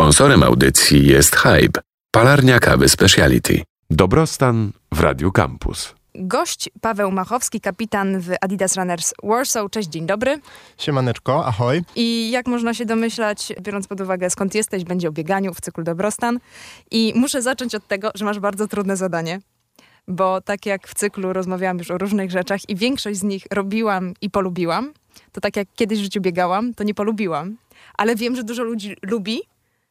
Sponsorem audycji jest Hype, palarnia kawy Speciality. Dobrostan w Radiu Campus. Gość Paweł Machowski, kapitan w Adidas Runners Warsaw. Cześć, dzień dobry. Siemaneczko, ahoj. I jak można się domyślać, biorąc pod uwagę skąd jesteś, będzie o bieganiu w cyklu Dobrostan. I muszę zacząć od tego, że masz bardzo trudne zadanie. Bo tak jak w cyklu rozmawiałam już o różnych rzeczach i większość z nich robiłam i polubiłam, to tak jak kiedyś w życiu biegałam, to nie polubiłam. Ale wiem, że dużo ludzi lubi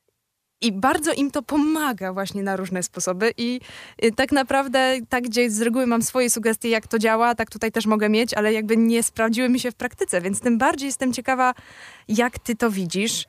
i bardzo im to pomaga właśnie na różne sposoby. I tak naprawdę, tak gdzie z reguły mam swoje sugestie, jak to działa, tak tutaj też mogę mieć, ale jakby nie sprawdziły mi się w praktyce, więc tym bardziej jestem ciekawa, jak ty to widzisz.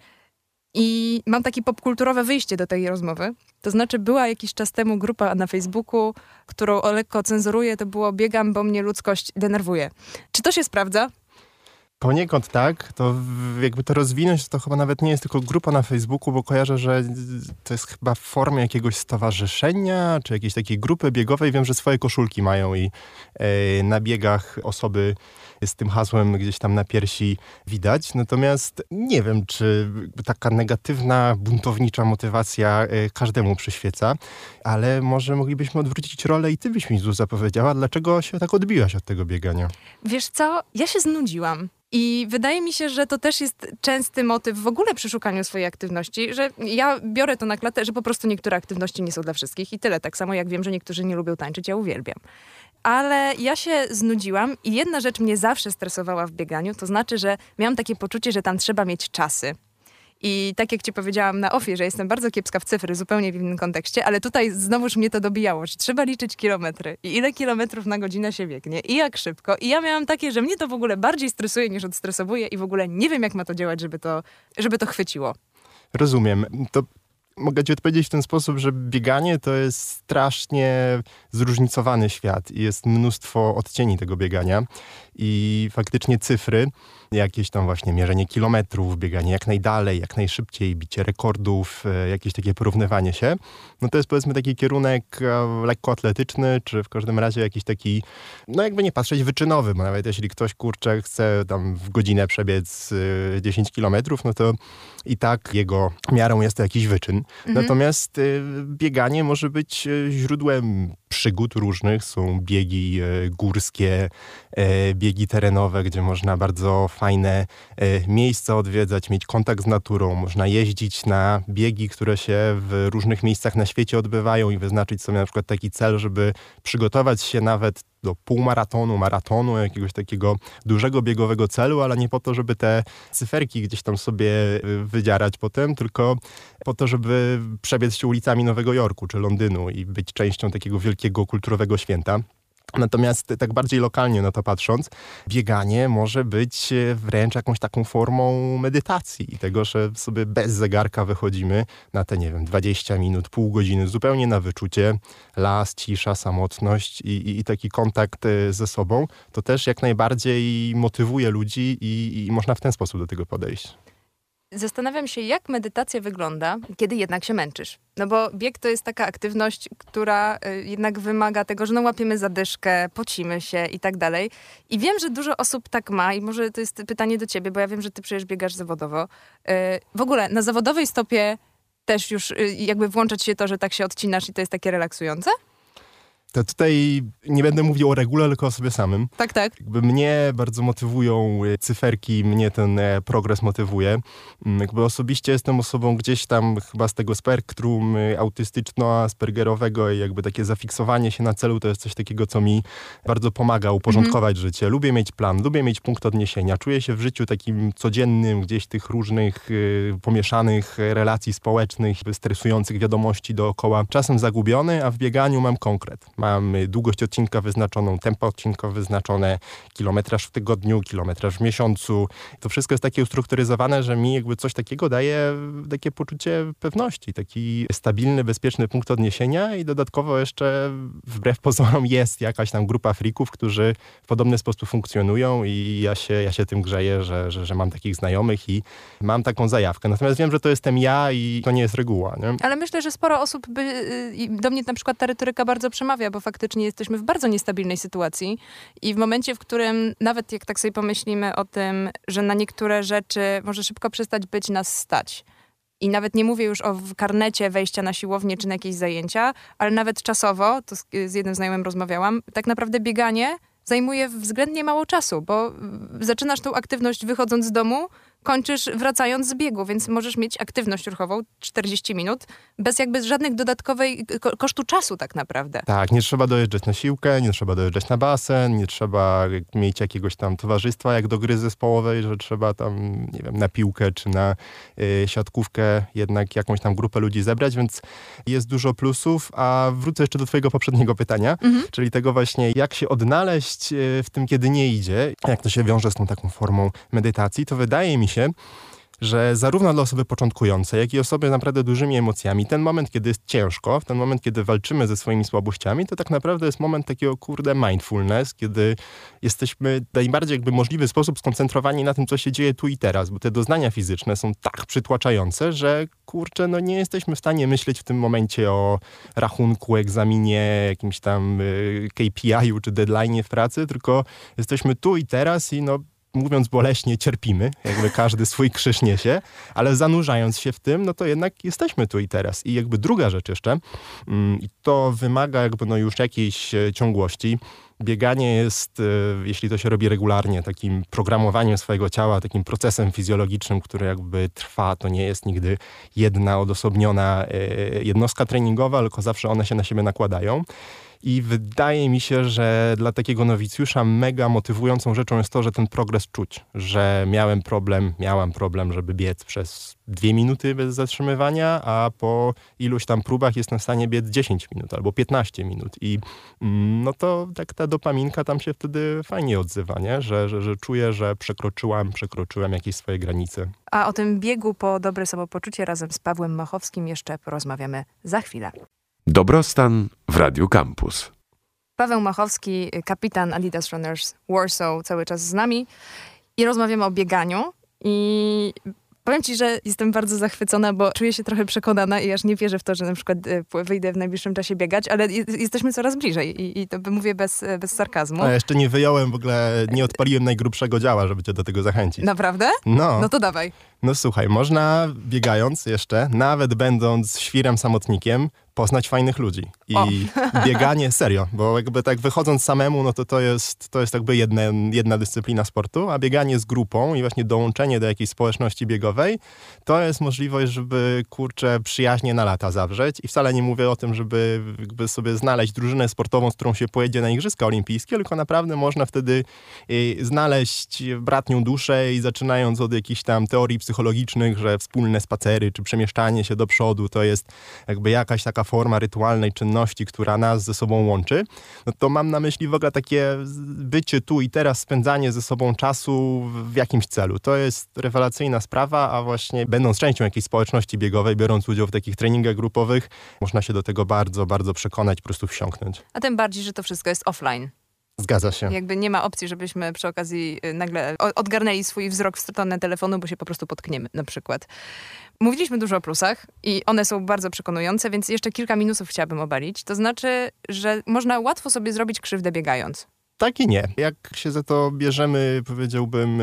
I mam takie popkulturowe wyjście do tej rozmowy. To znaczy była jakiś czas temu grupa na Facebooku, którą lekko cenzuruję, to było biegam, bo mnie ludzkość denerwuje. Czy to się sprawdza? Poniekąd tak, to jakby to rozwinąć, to chyba nawet nie jest tylko grupa na Facebooku, bo kojarzę, że to jest chyba w formie jakiegoś stowarzyszenia, czy jakiejś takiej grupy biegowej. Wiem, że swoje koszulki mają i na biegach osoby z tym hasłem gdzieś tam na piersi widać. Natomiast nie wiem, czy taka negatywna, buntownicza motywacja każdemu przyświeca, ale może moglibyśmy odwrócić rolę i ty byś mi, Zuza, powiedziała, dlaczego się tak odbiłaś od tego biegania? Wiesz co, ja się znudziłam. I wydaje mi się, że to też jest częsty motyw w ogóle przy szukaniu swojej aktywności, że ja biorę to na klatę, że po prostu niektóre aktywności nie są dla wszystkich i tyle. Tak samo jak wiem, że niektórzy nie lubią tańczyć, ja uwielbiam. Ale ja się znudziłam i jedna rzecz mnie zawsze stresowała w bieganiu, to znaczy, że miałam takie poczucie, że tam trzeba mieć czasy. I tak jak ci powiedziałam na offie, że jestem bardzo kiepska w cyfry, zupełnie w innym kontekście, ale tutaj znowuż mnie to dobijało, że trzeba liczyć kilometry i ile kilometrów na godzinę się biegnie i jak szybko. I ja miałam takie, że mnie to w ogóle bardziej stresuje niż odstresowuje i w ogóle nie wiem, jak ma to działać, żeby to chwyciło. Rozumiem. To mogę ci odpowiedzieć w ten sposób, że bieganie to jest strasznie zróżnicowany świat i jest mnóstwo odcieni tego biegania i faktycznie cyfry, jakieś tam właśnie mierzenie kilometrów, bieganie jak najdalej, jak najszybciej, bicie rekordów, jakieś takie porównywanie się, no to jest powiedzmy taki kierunek lekkoatletyczny, czy w każdym razie jakiś taki, no jakby nie patrzeć, wyczynowy, bo nawet jeśli ktoś, kurczę, chce tam w godzinę przebiec 10 kilometrów, no to i tak jego miarą jest to jakiś wyczyn. Natomiast bieganie może być źródłem przygód różnych. Są biegi górskie, biegi terenowe, gdzie można bardzo fajne miejsca odwiedzać, mieć kontakt z naturą. Można jeździć na biegi, które się w różnych miejscach na świecie odbywają i wyznaczyć sobie na przykład taki cel, żeby przygotować się nawet do półmaratonu, maratonu, jakiegoś takiego dużego biegowego celu, ale nie po to, żeby te cyferki gdzieś tam sobie wydzierać potem, tylko po to, żeby przebiec się ulicami Nowego Jorku czy Londynu i być częścią takiego wielkiego kulturowego święta. Natomiast tak bardziej lokalnie na to patrząc, bieganie może być wręcz jakąś taką formą medytacji i tego, że sobie bez zegarka wychodzimy na te, nie wiem, 20 minut, pół godziny, zupełnie na wyczucie, las, cisza, samotność i taki kontakt ze sobą, to też jak najbardziej motywuje ludzi i można w ten sposób do tego podejść. Zastanawiam się, jak medytacja wygląda, kiedy jednak się męczysz. No bo bieg to jest taka aktywność, która jednak wymaga tego, że no łapiemy zadyszkę, pocimy się i tak dalej. I wiem, że dużo osób tak ma i może to jest pytanie do ciebie, bo ja wiem, że ty przecież biegasz zawodowo. W ogóle na zawodowej stopie też już jakby włączać się to, że tak się odcinasz i to jest takie relaksujące? To tutaj nie będę mówił o regule, tylko o sobie samym. Tak, tak. Jakby mnie bardzo motywują cyferki, mnie ten progres motywuje. Jakby osobiście jestem osobą gdzieś tam chyba z tego spektrum autystyczno-aspergerowego i jakby takie zafiksowanie się na celu to jest coś takiego, co mi bardzo pomaga uporządkować życie. Lubię mieć plan, lubię mieć punkt odniesienia. Czuję się w życiu takim codziennym, gdzieś tych różnych pomieszanych relacji społecznych, stresujących wiadomości dookoła. Czasem zagubiony, a w bieganiu mam konkret. Mam długość odcinka wyznaczoną, tempo odcinka wyznaczone, kilometraż w tygodniu, kilometraż w miesiącu. To wszystko jest takie ustrukturyzowane, że mi jakby coś takiego daje takie poczucie pewności, taki stabilny, bezpieczny punkt odniesienia i dodatkowo jeszcze wbrew pozorom jest jakaś tam grupa freaków, którzy w podobny sposób funkcjonują i ja się tym grzeję, że mam takich znajomych i mam taką zajawkę. Natomiast wiem, że to jestem ja i to nie jest reguła. Nie? Ale myślę, że sporo osób do mnie na przykład ta retoryka bardzo przemawia, bo faktycznie jesteśmy w bardzo niestabilnej sytuacji i w momencie, w którym nawet jak tak sobie pomyślimy o tym, że na niektóre rzeczy może szybko przestać być nas stać, I nawet nie mówię już o karnecie wejścia na siłownię czy na jakieś zajęcia, ale nawet czasowo, to z jednym znajomym rozmawiałam, tak naprawdę bieganie zajmuje względnie mało czasu, bo zaczynasz tą aktywność wychodząc z domu, kończysz wracając z biegu, więc możesz mieć aktywność ruchową 40 minut bez jakby żadnych dodatkowej kosztu czasu tak naprawdę. Tak, nie trzeba dojeżdżać na siłkę, nie trzeba dojeżdżać na basen, nie trzeba mieć jakiegoś tam towarzystwa jak do gry zespołowej, że trzeba tam, nie wiem, na piłkę czy na siatkówkę jednak jakąś tam grupę ludzi zebrać, więc jest dużo plusów, a wrócę jeszcze do twojego poprzedniego pytania, czyli tego właśnie, jak się odnaleźć w tym, kiedy nie idzie, jak to się wiąże z tą taką formą medytacji, to wydaje mi się, że zarówno dla osoby początkującej, jak i osoby z naprawdę dużymi emocjami, ten moment, kiedy jest ciężko, ten moment, kiedy walczymy ze swoimi słabościami, to tak naprawdę jest moment takiego, mindfulness, kiedy jesteśmy w najbardziej jakby możliwy sposób skoncentrowani na tym, co się dzieje tu i teraz, bo te doznania fizyczne są tak przytłaczające, że nie jesteśmy w stanie myśleć w tym momencie o rachunku, egzaminie, jakimś tam KPI-u czy deadline'ie w pracy, tylko jesteśmy tu i teraz i mówiąc boleśnie, cierpimy, jakby każdy swój krzyż niesie, ale zanurzając się w tym, to jednak jesteśmy tu i teraz. I jakby druga rzecz jeszcze, i to wymaga jakby już jakiejś ciągłości. Bieganie jest, jeśli to się robi regularnie, takim programowaniem swojego ciała, takim procesem fizjologicznym, który jakby trwa. To nie jest nigdy jedna odosobniona jednostka treningowa, tylko zawsze one się na siebie nakładają. I wydaje mi się, że dla takiego nowicjusza mega motywującą rzeczą jest to, że ten progres czuć. Że miałam problem, żeby biec przez 2 minuty bez zatrzymywania, a po iluś tam próbach jestem w stanie biec 10 minut albo 15 minut. I to tak ta dopaminka tam się wtedy fajnie odzywa, nie? Że czuję, że przekroczyłem jakieś swoje granice. A o tym biegu po dobre samopoczucie razem z Pawłem Machowskim jeszcze porozmawiamy za chwilę. Dobrostan w Radiu Campus. Paweł Machowski, kapitan Adidas Runners Warsaw, cały czas z nami i rozmawiamy o bieganiu. I powiem ci, że jestem bardzo zachwycona, bo czuję się trochę przekonana i aż nie wierzę w to, że na przykład wyjdę w najbliższym czasie biegać, ale jesteśmy coraz bliżej i to mówię bez sarkazmu. A jeszcze nie wyjąłem w ogóle, nie odpaliłem najgrubszego działa, żeby cię do tego zachęcić. Naprawdę? No to dawaj. No słuchaj, można biegając jeszcze, nawet będąc świrem samotnikiem, poznać fajnych ludzi. I bieganie, serio, bo jakby tak wychodząc samemu, to jest jakby jedna dyscyplina sportu, a bieganie z grupą i właśnie dołączenie do jakiejś społeczności biegowej, to jest możliwość, żeby, przyjaźnie na lata zawrzeć. I wcale nie mówię o tym, żeby jakby sobie znaleźć drużynę sportową, z którą się pojedzie na Igrzyska Olimpijskie, tylko naprawdę można wtedy znaleźć bratnią duszę i zaczynając od jakichś tam teorii psychologicznych, że wspólne spacery czy przemieszczanie się do przodu to jest jakby jakaś taka forma rytualnej czynności, która nas ze sobą łączy, to mam na myśli w ogóle takie bycie tu i teraz, spędzanie ze sobą czasu w jakimś celu. To jest rewelacyjna sprawa, a właśnie będąc częścią jakiejś społeczności biegowej, biorąc udział w takich treningach grupowych, można się do tego bardzo, bardzo przekonać, po prostu wsiąknąć. A tym bardziej, że to wszystko jest offline. Zgadza się. Jakby nie ma opcji, żebyśmy przy okazji nagle odgarnęli swój wzrok w stronę telefonu, bo się po prostu potkniemy na przykład. Mówiliśmy dużo o plusach i one są bardzo przekonujące, więc jeszcze kilka minusów chciałabym obalić. To znaczy, że można łatwo sobie zrobić krzywdę biegając. Tak i nie. Jak się za to bierzemy, powiedziałbym,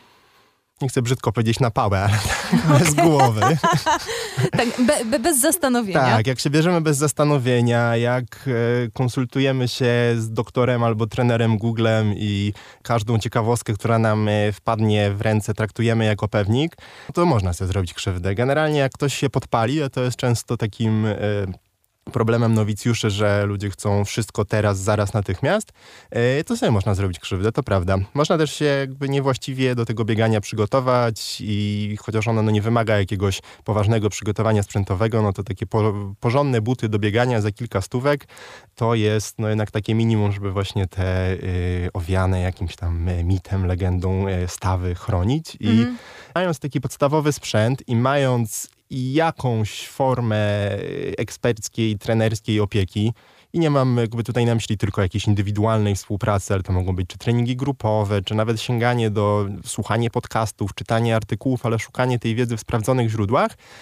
nie chcę brzydko powiedzieć na pałę, ale bez głowy. Tak, bez zastanowienia. Tak, jak się bierzemy bez zastanowienia, jak konsultujemy się z doktorem albo trenerem Googlem i każdą ciekawostkę, która nam wpadnie w ręce, traktujemy jako pewnik, to można sobie zrobić krzywdę. Generalnie jak ktoś się podpali, a to jest często takim problemem nowicjuszy, że ludzie chcą wszystko teraz, zaraz, natychmiast, to sobie można zrobić krzywdę, to prawda. Można też się jakby niewłaściwie do tego biegania przygotować i chociaż ono nie wymaga jakiegoś poważnego przygotowania sprzętowego, to takie porządne buty do biegania za kilka stówek, to jest jednak takie minimum, żeby właśnie te owiane jakimś tam mitem, legendą stawy chronić. I mając taki podstawowy sprzęt i mając jakąś formę eksperckiej, trenerskiej opieki. I nie mam jakby tutaj na myśli tylko jakiejś indywidualnej współpracy, ale to mogą być czy treningi grupowe, czy nawet sięganie do słuchanie podcastów, czytanie artykułów, ale szukanie tej wiedzy w sprawdzonych źródłach.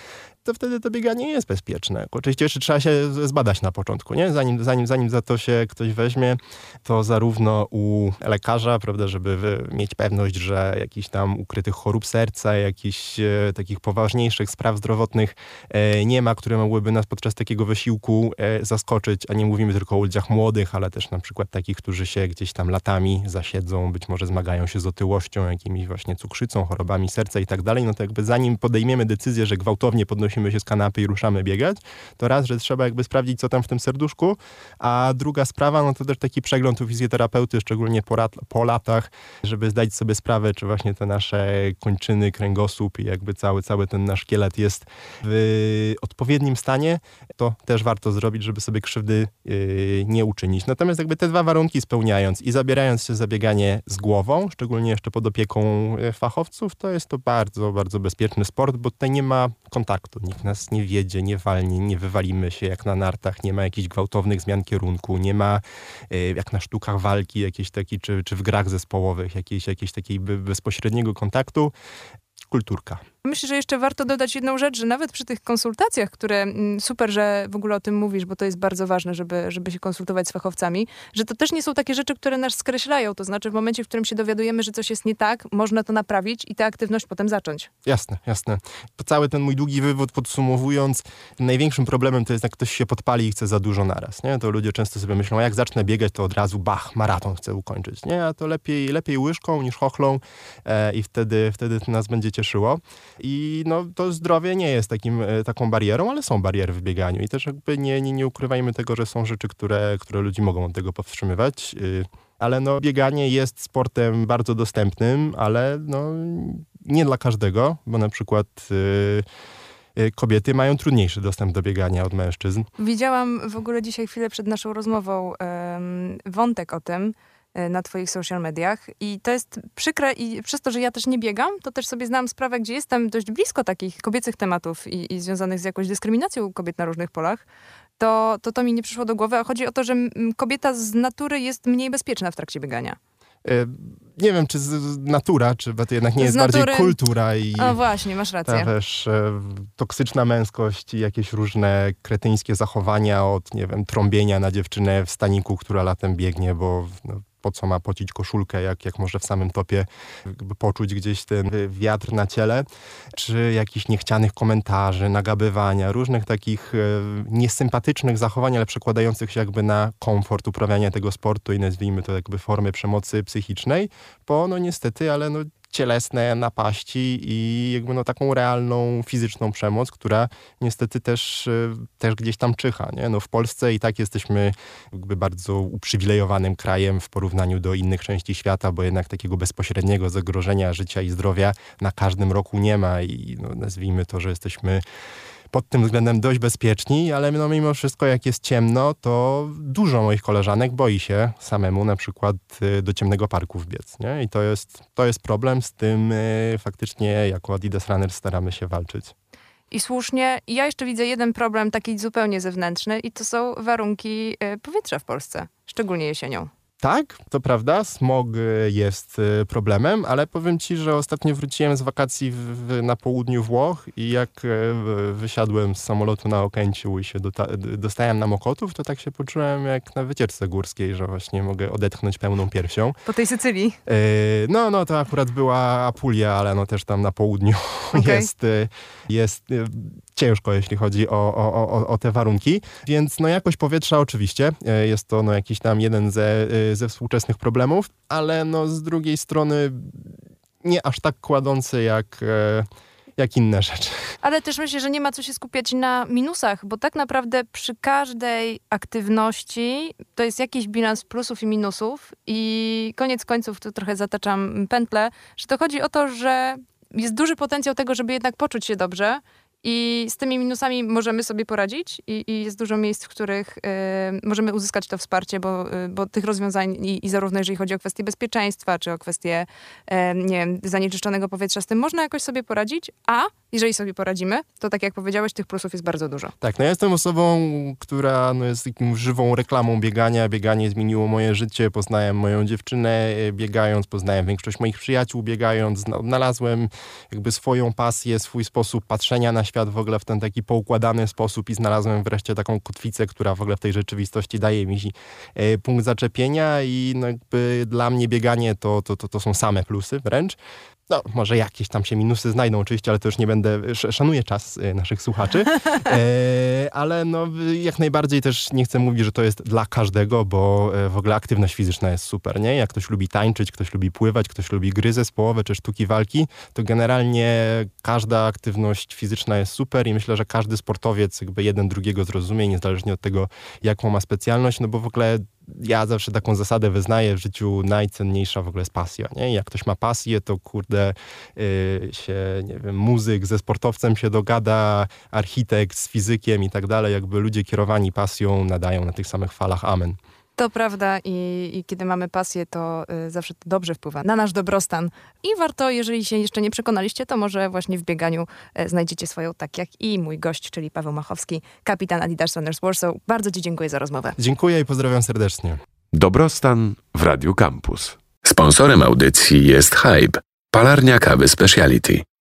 to wtedy to bieganie jest bezpieczne. Oczywiście jeszcze trzeba się zbadać na początku, nie? Zanim za to się ktoś weźmie, to zarówno u lekarza, prawda, żeby mieć pewność, że jakichś tam ukrytych chorób serca, jakichś takich poważniejszych spraw zdrowotnych nie ma, które mogłyby nas podczas takiego wysiłku zaskoczyć, a nie mówimy tylko o ludziach młodych, ale też na przykład takich, którzy się gdzieś tam latami zasiedzą, być może zmagają się z otyłością, jakimiś właśnie cukrzycą, chorobami serca i tak dalej, no to jakby zanim podejmiemy decyzję, że gwałtownie podnosimy się z kanapy i ruszamy biegać, to raz, że trzeba jakby sprawdzić, co tam w tym serduszku, a druga sprawa, no to też taki przegląd u fizjoterapeuty, szczególnie po latach, żeby zdać sobie sprawę, czy właśnie te nasze kończyny, kręgosłup i jakby cały ten nasz szkielet jest w odpowiednim stanie, to też warto zrobić, żeby sobie krzywdy nie uczynić. Natomiast jakby te dwa warunki spełniając i zabierając się za bieganie z głową, szczególnie jeszcze pod opieką fachowców, to jest to bardzo, bardzo bezpieczny sport, bo tutaj nie ma kontaktu. Nikt nas nie wiedzie, nie walnie, nie wywalimy się jak na nartach, nie ma jakichś gwałtownych zmian kierunku, nie ma jak na sztukach walki jakiejś takiej, czy w grach zespołowych, jakiejś takiej bezpośredniego kontaktu. Kulturka. Myślę, że jeszcze warto dodać jedną rzecz, że nawet przy tych konsultacjach, które super, że w ogóle o tym mówisz, bo to jest bardzo ważne, żeby się konsultować z fachowcami, że to też nie są takie rzeczy, które nas skreślają. To znaczy w momencie, w którym się dowiadujemy, że coś jest nie tak, można to naprawić i tę aktywność potem zacząć. Jasne. Cały ten mój długi wywód podsumowując, największym problemem to jest, jak ktoś się podpali i chce za dużo naraz. Nie? To ludzie często sobie myślą, jak zacznę biegać, to od razu maraton chcę ukończyć. Nie? A to lepiej łyżką niż chochlą i wtedy to nas będzie cieszyło. I no, to zdrowie nie jest taką barierą, ale są bariery w bieganiu i też jakby nie ukrywajmy tego, że są rzeczy, które ludzi mogą od tego powstrzymywać. Ale no, bieganie jest sportem bardzo dostępnym, ale no, nie dla każdego, bo na przykład kobiety mają trudniejszy dostęp do biegania od mężczyzn. Widziałam w ogóle dzisiaj chwilę przed naszą rozmową wątek o tym, na twoich social mediach i to jest przykre i przez to, że ja też nie biegam, to też sobie zdałam sprawę, gdzie jestem dość blisko takich kobiecych tematów i związanych z jakąś dyskryminacją kobiet na różnych polach, to mi nie przyszło do głowy, a chodzi o to, że kobieta z natury jest mniej bezpieczna w trakcie biegania. Nie wiem, czy natura, bo to jednak nie jest bardziej kultura i... O właśnie, masz rację. Też toksyczna męskość i jakieś różne kretyńskie zachowania od, nie wiem, trąbienia na dziewczynę w staniku, która latem biegnie, bo... No, po co ma pocić koszulkę, jak może w samym topie poczuć gdzieś ten wiatr na ciele, czy jakichś niechcianych komentarzy, nagabywania, różnych takich niesympatycznych zachowań, ale przekładających się jakby na komfort uprawiania tego sportu i nazwijmy to jakby formy przemocy psychicznej, bo no niestety, ale no cielesne napaści i jakby no taką realną, fizyczną przemoc, która niestety też gdzieś tam czyha. Nie? No w Polsce i tak jesteśmy jakby bardzo uprzywilejowanym krajem w porównaniu do innych części świata, bo jednak takiego bezpośredniego zagrożenia życia i zdrowia na każdym roku nie ma i no, nazwijmy to, że jesteśmy pod tym względem dość bezpieczni, ale no mimo wszystko jak jest ciemno, to dużo moich koleżanek boi się samemu na przykład do ciemnego parku wbiec. Nie? I to jest problem, z tym faktycznie jako Adidas Runner staramy się walczyć. I słusznie. Ja jeszcze widzę jeden problem taki zupełnie zewnętrzny i to są warunki powietrza w Polsce, szczególnie jesienią. Tak, to prawda, smog jest problemem, ale powiem ci, że ostatnio wróciłem z wakacji na południu Włoch i jak wysiadłem z samolotu na Okęciu i się dostałem na Mokotów, to tak się poczułem jak na wycieczce górskiej, że właśnie mogę odetchnąć pełną piersią. Po tej Sycylii? No to akurat była Apulia, ale no też tam na południu jest ciężko, jeśli chodzi o te warunki. Więc no jakość powietrza oczywiście jest to no jakiś tam jeden ze współczesnych problemów, ale no z drugiej strony nie aż tak kładący jak inne rzeczy. Ale też myślę, że nie ma co się skupiać na minusach, bo tak naprawdę przy każdej aktywności to jest jakiś bilans plusów i minusów i koniec końców, tu trochę zataczam pętlę, że to chodzi o to, że jest duży potencjał tego, żeby jednak poczuć się dobrze i z tymi minusami możemy sobie poradzić i jest dużo miejsc, w których możemy uzyskać to wsparcie, bo tych rozwiązań i zarówno jeżeli chodzi o kwestie bezpieczeństwa, czy o kwestie nie wiem, zanieczyszczonego powietrza, z tym można jakoś sobie poradzić, a jeżeli sobie poradzimy, to tak jak powiedziałeś, tych plusów jest bardzo dużo. Tak, no ja jestem osobą, która jest taką żywą reklamą biegania. Bieganie zmieniło moje życie. Poznałem moją dziewczynę biegając, poznałem większość moich przyjaciół biegając. Odnalazłem jakby swoją pasję, swój sposób patrzenia na świat w ogóle w ten taki poukładany sposób i znalazłem wreszcie taką kotwicę, która w ogóle w tej rzeczywistości daje mi punkt zaczepienia i jakby dla mnie bieganie to są same plusy wręcz. No, może jakieś tam się minusy znajdą oczywiście, ale to już nie będę, szanuję czas naszych słuchaczy, ale no jak najbardziej też nie chcę mówić, że to jest dla każdego, bo w ogóle aktywność fizyczna jest super, nie? Jak ktoś lubi tańczyć, ktoś lubi pływać, ktoś lubi gry zespołowe czy sztuki walki, to generalnie każda aktywność fizyczna jest super i myślę, że każdy sportowiec jakby jeden drugiego zrozumie, niezależnie od tego, jaką ma specjalność, no bo w ogóle ja zawsze taką zasadę wyznaję w życiu, najcenniejsza w ogóle jest pasja, nie? Jak ktoś ma pasję, to kurde nie wiem, muzyk ze sportowcem się dogada, architekt z fizykiem i tak dalej, jakby ludzie kierowani pasją nadają na tych samych falach amen. To prawda i kiedy mamy pasję, to zawsze to dobrze wpływa na nasz dobrostan. I warto, jeżeli się jeszcze nie przekonaliście, to może właśnie w bieganiu znajdziecie swoją, tak jak i mój gość, czyli Paweł Machowski, kapitan Adidas Runners Warsaw. Bardzo Ci dziękuję za rozmowę. Dziękuję i pozdrawiam serdecznie. Dobrostan w Radiu Campus. Sponsorem audycji jest Hype, palarnia kawy Speciality.